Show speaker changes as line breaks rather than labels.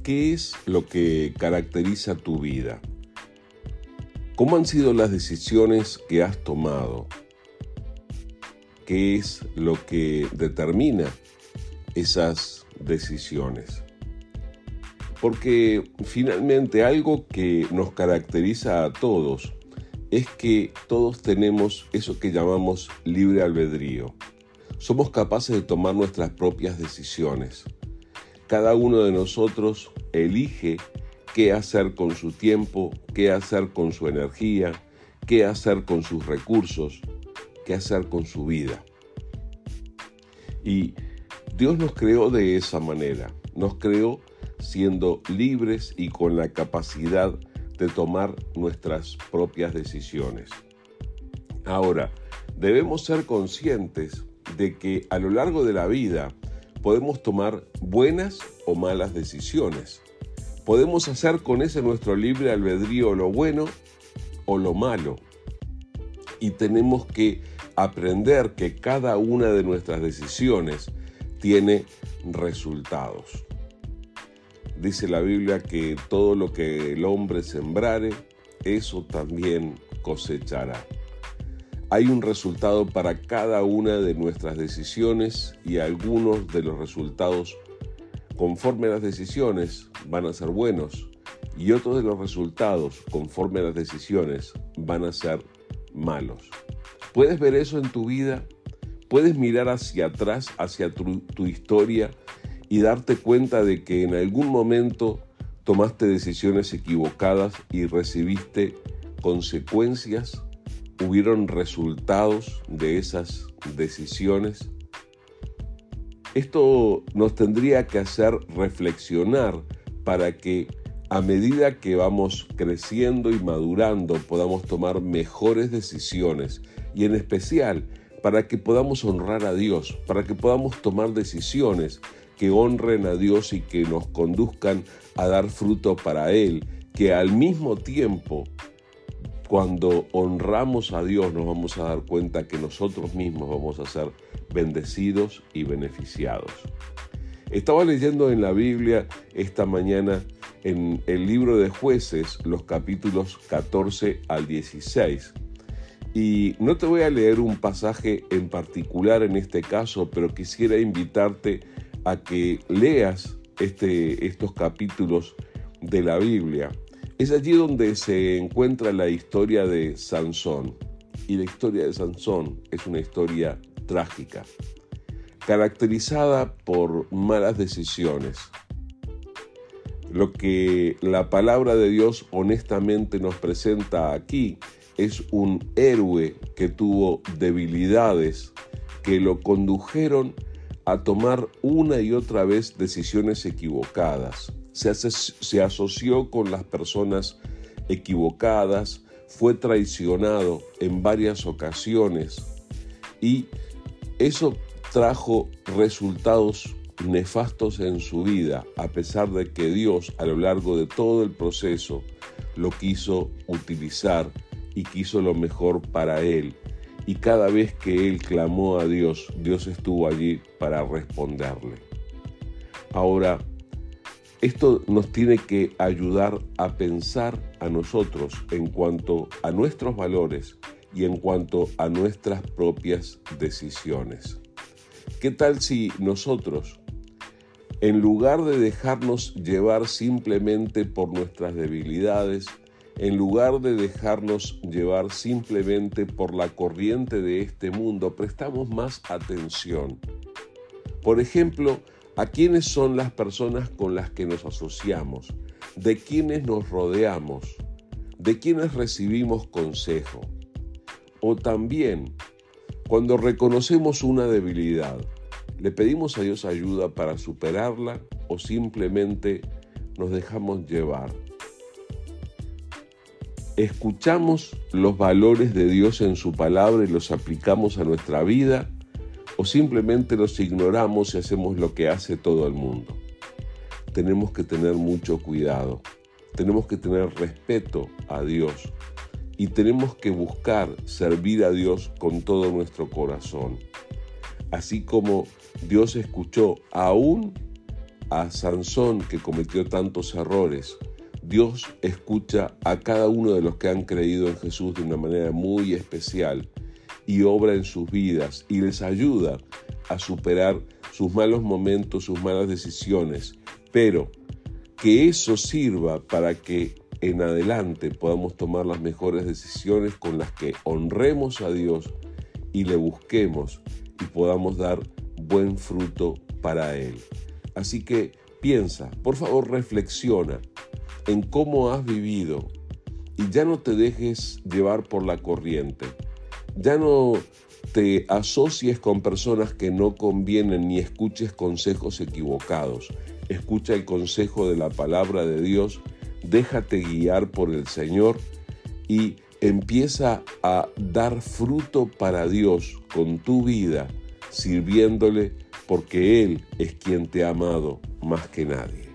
¿Qué es lo que caracteriza tu vida? ¿Cómo han sido las decisiones que has tomado? ¿Qué es lo que determina esas decisiones? Porque finalmente algo que nos caracteriza a todos es que todos tenemos eso que llamamos libre albedrío. Somos capaces de tomar nuestras propias decisiones. Cada uno de nosotros elige qué hacer con su tiempo, qué hacer con su energía, qué hacer con sus recursos, qué hacer con su vida. Y Dios nos creó de esa manera. Nos creó siendo libres y con la capacidad de tomar nuestras propias decisiones. Ahora, debemos ser conscientes de que a lo largo de la vida podemos tomar buenas o malas decisiones. Podemos hacer con ese nuestro libre albedrío lo bueno o lo malo. Y tenemos que aprender que cada una de nuestras decisiones tiene resultados. Dice la Biblia que todo lo que el hombre sembrare, eso también cosechará. Hay un resultado para cada una de nuestras decisiones y algunos de los resultados conforme a las decisiones van a ser buenos y otros de los resultados conforme a las decisiones van a ser malos. ¿Puedes ver eso en tu vida? ¿Puedes mirar hacia atrás, hacia tu historia y darte cuenta de que en algún momento tomaste decisiones equivocadas y recibiste consecuencias? ¿Hubieron resultados de esas decisiones? Esto nos tendría que hacer reflexionar para que a medida que vamos creciendo y madurando podamos tomar mejores decisiones y en especial para que podamos honrar a Dios, para que podamos tomar decisiones que honren a Dios y que nos conduzcan a dar fruto para Él, que al mismo tiempo cuando honramos a Dios nos vamos a dar cuenta que nosotros mismos vamos a ser bendecidos y beneficiados. Estaba leyendo en la Biblia esta mañana en el libro de Jueces los capítulos 14 al 16 y no te voy a leer un pasaje en particular en este caso, pero quisiera invitarte a que leas estos capítulos de la Biblia. Es allí donde se encuentra la historia de Sansón. Y la historia de Sansón es una historia trágica, caracterizada por malas decisiones. Lo que la palabra de Dios honestamente nos presenta aquí es un héroe que tuvo debilidades que lo condujeron a tomar una y otra vez decisiones equivocadas. Se asoció con las personas equivocadas, fue traicionado en varias ocasiones y eso trajo resultados nefastos en su vida, a pesar de que Dios a lo largo de todo el proceso lo quiso utilizar y quiso lo mejor para él. Y cada vez que él clamó a Dios, Dios estuvo allí para responderle. Ahora, esto nos tiene que ayudar a pensar a nosotros en cuanto a nuestros valores y en cuanto a nuestras propias decisiones. ¿Qué tal si nosotros, en lugar de dejarnos llevar simplemente por nuestras debilidades, en lugar de dejarnos llevar simplemente por la corriente de este mundo, prestamos más atención? Por ejemplo, ¿a quiénes son las personas con las que nos asociamos? ¿De quiénes nos rodeamos? ¿De quiénes recibimos consejo? O también, cuando reconocemos una debilidad, ¿le pedimos a Dios ayuda para superarla o simplemente nos dejamos llevar? ¿Escuchamos los valores de Dios en su palabra y los aplicamos a nuestra vida? ¿O simplemente los ignoramos y hacemos lo que hace todo el mundo? Tenemos que tener mucho cuidado, tenemos que tener respeto a Dios y tenemos que buscar servir a Dios con todo nuestro corazón. Así como Dios escuchó aún a Sansón, que cometió tantos errores, Dios escucha a cada uno de los que han creído en Jesús de una manera muy especial y obra en sus vidas y les ayuda a superar sus malos momentos, sus malas decisiones, pero que eso sirva para que en adelante podamos tomar las mejores decisiones con las que honremos a Dios y le busquemos y podamos dar buen fruto para Él. Así que piensa, por favor reflexiona en cómo has vivido y ya no te dejes llevar por la corriente. Ya no te asocies con personas que no convienen ni escuches consejos equivocados. Escucha el consejo de la palabra de Dios, déjate guiar por el Señor y empieza a dar fruto para Dios con tu vida, sirviéndole porque Él es quien te ha amado más que nadie.